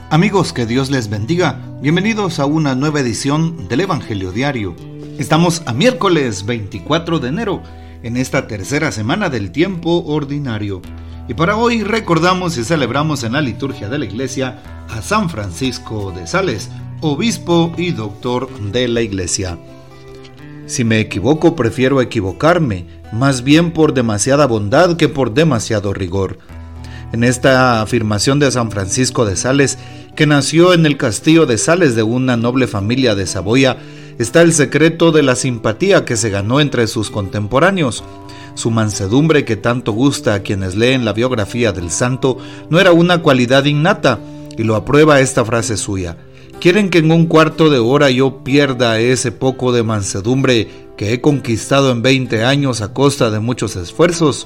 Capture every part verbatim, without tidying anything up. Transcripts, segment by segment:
Amigos, que Dios les bendiga. Bienvenidos a una nueva edición del Evangelio Diario. Estamos a miércoles veinticuatro de enero, en esta tercera semana del tiempo ordinario. Y para hoy recordamos y celebramos en la liturgia de la Iglesia a San Francisco de Sales, obispo y doctor de la Iglesia. Si me equivoco, prefiero equivocarme, más bien por demasiada bondad que por demasiado rigor. En esta afirmación de San Francisco de Sales, que nació en el castillo de Sales de una noble familia de Saboya, está el secreto de la simpatía que se ganó entre sus contemporáneos. Su mansedumbre, que tanto gusta a quienes leen la biografía del santo, no era una cualidad innata, y lo aprueba esta frase suya: ¿quieren que en un cuarto de hora yo pierda ese poco de mansedumbre que he conquistado en veinte años a costa de muchos esfuerzos?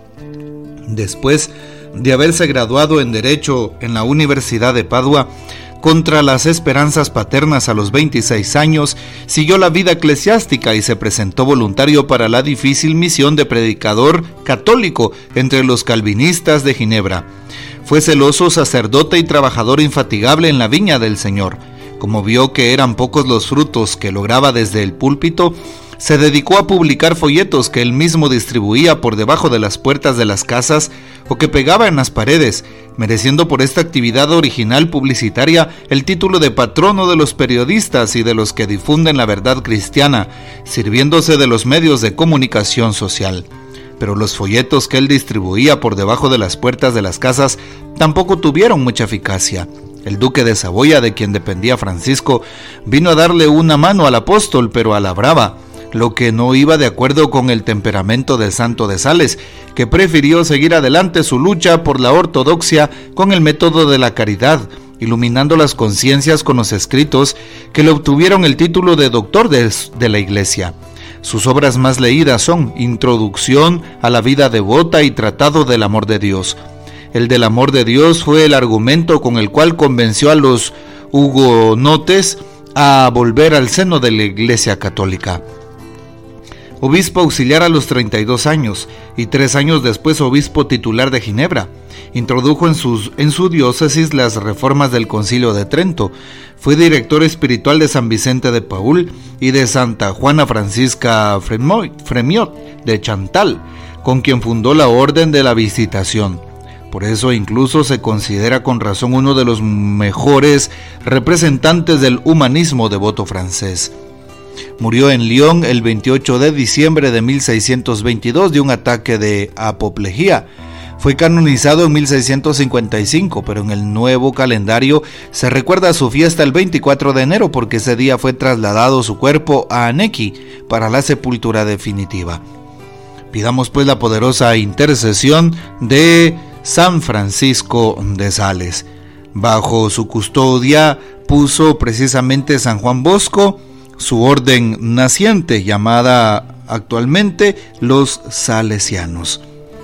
Después de haberse graduado en Derecho en la Universidad de Padua, contra las esperanzas paternas a los veintiséis años, siguió la vida eclesiástica y se presentó voluntario para la difícil misión de predicador católico entre los calvinistas de Ginebra. Fue celoso sacerdote y trabajador infatigable en la viña del Señor. Como vio que eran pocos los frutos que lograba desde el púlpito, se dedicó a publicar folletos que él mismo distribuía por debajo de las puertas de las casas o que pegaba en las paredes, mereciendo por esta actividad original publicitaria el título de patrono de los periodistas y de los que difunden la verdad cristiana, sirviéndose de los medios de comunicación social. Pero los folletos que él distribuía por debajo de las puertas de las casas tampoco tuvieron mucha eficacia. El duque de Saboya, de quien dependía Francisco, vino a darle una mano al apóstol, pero a la brava, lo que no iba de acuerdo con el temperamento del santo de Sales, que prefirió seguir adelante su lucha por la ortodoxia con el método de la caridad, iluminando las conciencias con los escritos que le obtuvieron el título de doctor de, de la Iglesia. Sus obras más leídas son Introducción a la vida devota y Tratado del amor de Dios. El del amor de Dios fue el argumento con el cual convenció a los hugonotes a volver al seno de la Iglesia católica. Obispo auxiliar a los treinta y dos años y tres años después obispo titular de Ginebra, introdujo en, sus, en su diócesis las reformas del Concilio de Trento. Fue director espiritual de San Vicente de Paúl y de Santa Juana Francisca Fremiot de Chantal, con quien fundó la Orden de la Visitación. Por eso incluso se considera con razón uno de los mejores representantes del humanismo devoto francés. Murió en Lyon el veintiocho de diciembre de mil seiscientos veintidós de un ataque de apoplejía. Fue canonizado en mil seiscientos cincuenta y cinco, pero en el nuevo calendario se recuerda su fiesta el veinticuatro de enero porque ese día fue trasladado su cuerpo a Anequi para la sepultura definitiva. Pidamos pues la poderosa intercesión de San Francisco de Sales. Bajo su custodia puso precisamente San Juan Bosco su orden naciente, llamada actualmente los Salesianos.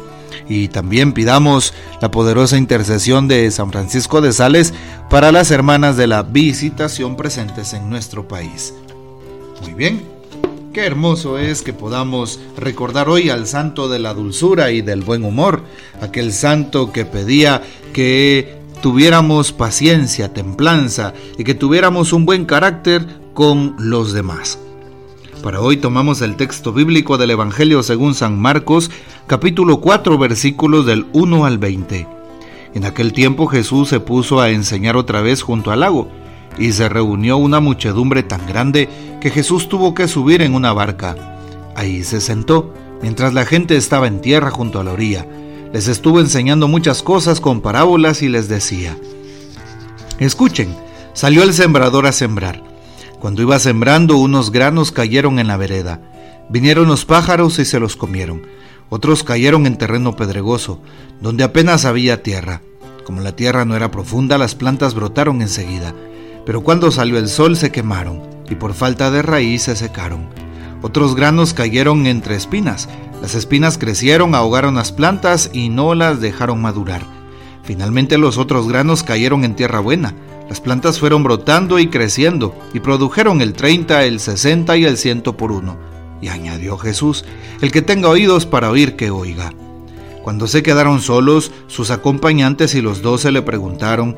Y también pidamos la poderosa intercesión de San Francisco de Sales para las hermanas de la Visitación presentes en nuestro país. Muy bien, qué hermoso es que podamos recordar hoy al santo de la dulzura y del buen humor, aquel santo que pedía que tuviéramos paciencia, templanza y que tuviéramos un buen carácter con los demás. Para hoy tomamos el texto bíblico del Evangelio según San Marcos, capítulo cuatro, versículos del uno al veinte. En aquel tiempo Jesús se puso a enseñar otra vez junto al lago, y se reunió una muchedumbre tan grande que Jesús tuvo que subir en una barca. Ahí se sentó, mientras la gente estaba en tierra junto a la orilla. Les estuvo enseñando muchas cosas con parábolas y les decía: escuchen, salió el sembrador a sembrar. Cuando iba sembrando, unos granos cayeron en la vereda. Vinieron los pájaros y se los comieron. Otros cayeron en terreno pedregoso, donde apenas había tierra. Como la tierra no era profunda, las plantas brotaron enseguida. Pero cuando salió el sol se quemaron, y por falta de raíz se secaron. Otros granos cayeron entre espinas. Las espinas crecieron, ahogaron las plantas y no las dejaron madurar. Finalmente los otros granos cayeron en tierra buena. Las plantas fueron brotando y creciendo, y produjeron el treinta, el sesenta y el ciento por uno. Y añadió Jesús: el que tenga oídos para oír, que oiga. Cuando se quedaron solos, sus acompañantes y los doce le preguntaron: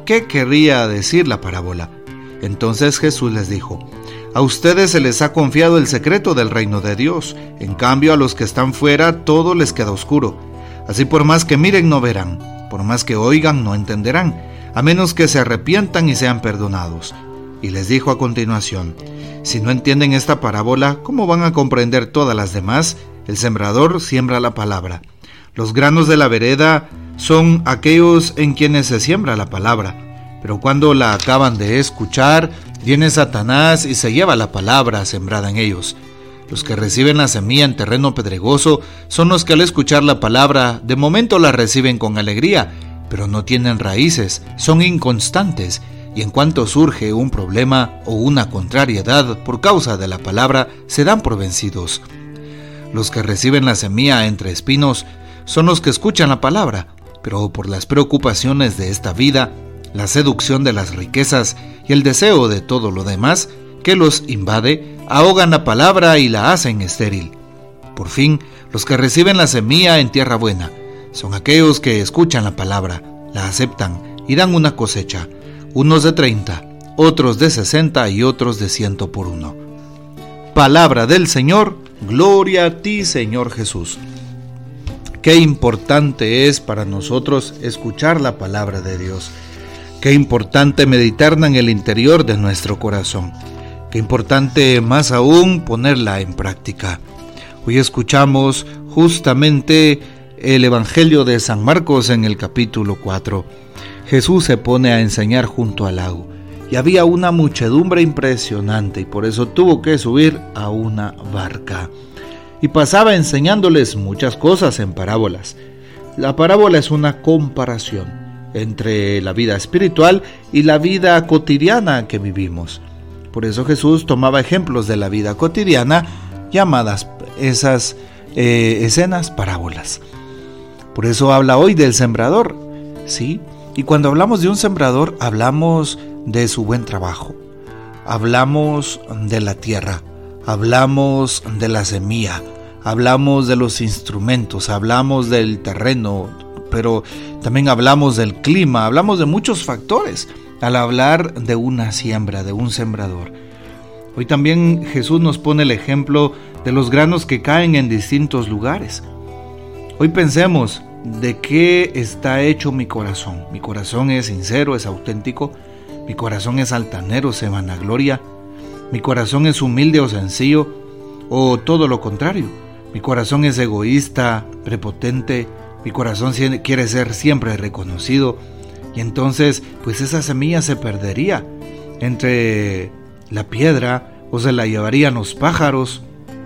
qué querría decir la parábola. Entonces Jesús les dijo: a ustedes se les ha confiado el secreto del reino de Dios, en cambio a los que están fuera todo les queda oscuro. Así por más que miren no verán, por más que oigan no entenderán, a menos que se arrepientan y sean perdonados. Y les dijo a continuación: si no entienden esta parábola, ¿cómo van a comprender todas las demás? El sembrador siembra la palabra. Los granos de la vereda son aquellos en quienes se siembra la palabra, pero cuando la acaban de escuchar, viene Satanás y se lleva la palabra sembrada en ellos. Los que reciben la semilla en terreno pedregoso son los que al escuchar la palabra de momento la reciben con alegría, pero no tienen raíces, son inconstantes, y en cuanto surge un problema o una contrariedad por causa de la palabra, se dan por vencidos. Los que reciben la semilla entre espinos son los que escuchan la palabra, pero por las preocupaciones de esta vida, la seducción de las riquezas y el deseo de todo lo demás que los invade, ahogan la palabra y la hacen estéril. Por fin, los que reciben la semilla en tierra buena son aquellos que escuchan la palabra, la aceptan y dan una cosecha, unos de treinta, otros de sesenta y otros de ciento por uno. Palabra del Señor, gloria a ti, Señor Jesús. Qué importante es para nosotros escuchar la palabra de Dios. Qué importante meditarla en el interior de nuestro corazón. Qué importante más aún ponerla en práctica. Hoy escuchamos justamente el Evangelio de San Marcos en el capítulo cuatro. Jesús se pone a enseñar junto al lago y había una muchedumbre impresionante y por eso tuvo que subir a una barca. Y pasaba enseñándoles muchas cosas en parábolas. La parábola es una comparación entre la vida espiritual y la vida cotidiana que vivimos. Por eso Jesús tomaba ejemplos de la vida cotidiana, llamadas esas eh, escenas parábolas. Por eso habla hoy del sembrador, ¿sí? Y cuando hablamos de un sembrador, hablamos de su buen trabajo, hablamos de la tierra, hablamos de la semilla, hablamos de los instrumentos, hablamos del terreno, pero también hablamos del clima, hablamos de muchos factores al hablar de una siembra, de un sembrador. Hoy también Jesús nos pone el ejemplo de los granos que caen en distintos lugares. Hoy pensemos, ¿de qué está hecho mi corazón? Mi corazón es sincero, es auténtico, mi corazón es altanero, se vanagloria, mi corazón es humilde o sencillo, o todo lo contrario, mi corazón es egoísta, prepotente, mi corazón quiere ser siempre reconocido, y entonces pues esa semilla se perdería entre la piedra, o se la llevarían los pájaros,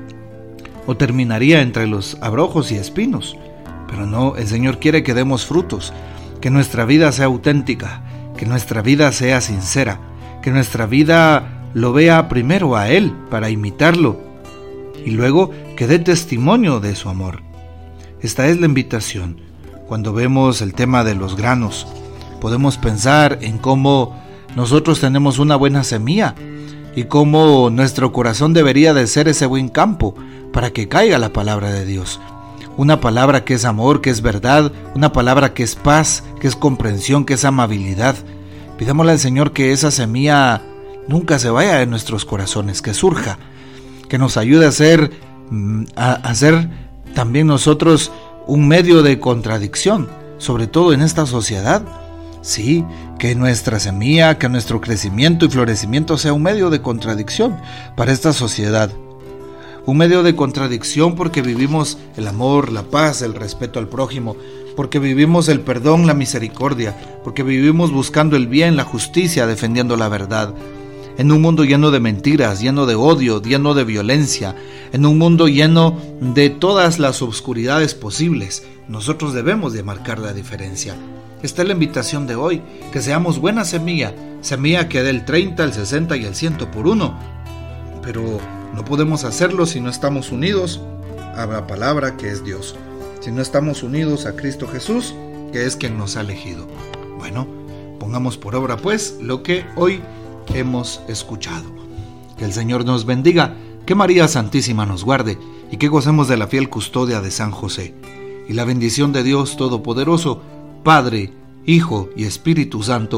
o terminaría entre los abrojos y espinos. Pero no, el Señor quiere que demos frutos, que nuestra vida sea auténtica, que nuestra vida sea sincera, que nuestra vida lo vea primero a Él para imitarlo y luego que dé testimonio de su amor. Esta es la invitación. Cuando vemos el tema de los granos, podemos pensar en cómo nosotros tenemos una buena semilla y cómo nuestro corazón debería de ser ese buen campo para que caiga la palabra de Dios. Una palabra que es amor, que es verdad, una palabra que es paz, que es comprensión, que es amabilidad. Pidámosle al Señor que esa semilla nunca se vaya de nuestros corazones, que surja, que nos ayude a ser, a, a ser también nosotros un medio de contradicción, sobre todo en esta sociedad. Sí, que nuestra semilla, que nuestro crecimiento y florecimiento sea un medio de contradicción para esta sociedad. Un medio de contradicción porque vivimos el amor, la paz, el respeto al prójimo, porque vivimos el perdón, la misericordia, porque vivimos buscando el bien, la justicia, defendiendo la verdad. En un mundo lleno de mentiras, lleno de odio, lleno de violencia, en un mundo lleno de todas las obscuridades posibles, nosotros debemos de marcar la diferencia. Esta es la invitación de hoy, que seamos buena semilla, semilla que dé el treinta, el sesenta y el ciento por uno. Pero no podemos hacerlo si no estamos unidos a la palabra que es Dios, si no estamos unidos a Cristo Jesús, que es quien nos ha elegido. Bueno, pongamos por obra pues lo que hoy hemos escuchado. Que el Señor nos bendiga, que María Santísima nos guarde y que gocemos de la fiel custodia de San José. Y la bendición de Dios Todopoderoso, Padre, Hijo y Espíritu Santo,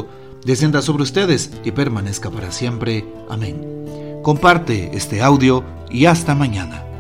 descienda sobre ustedes y permanezca para siempre. Amén. Comparte este audio y hasta mañana.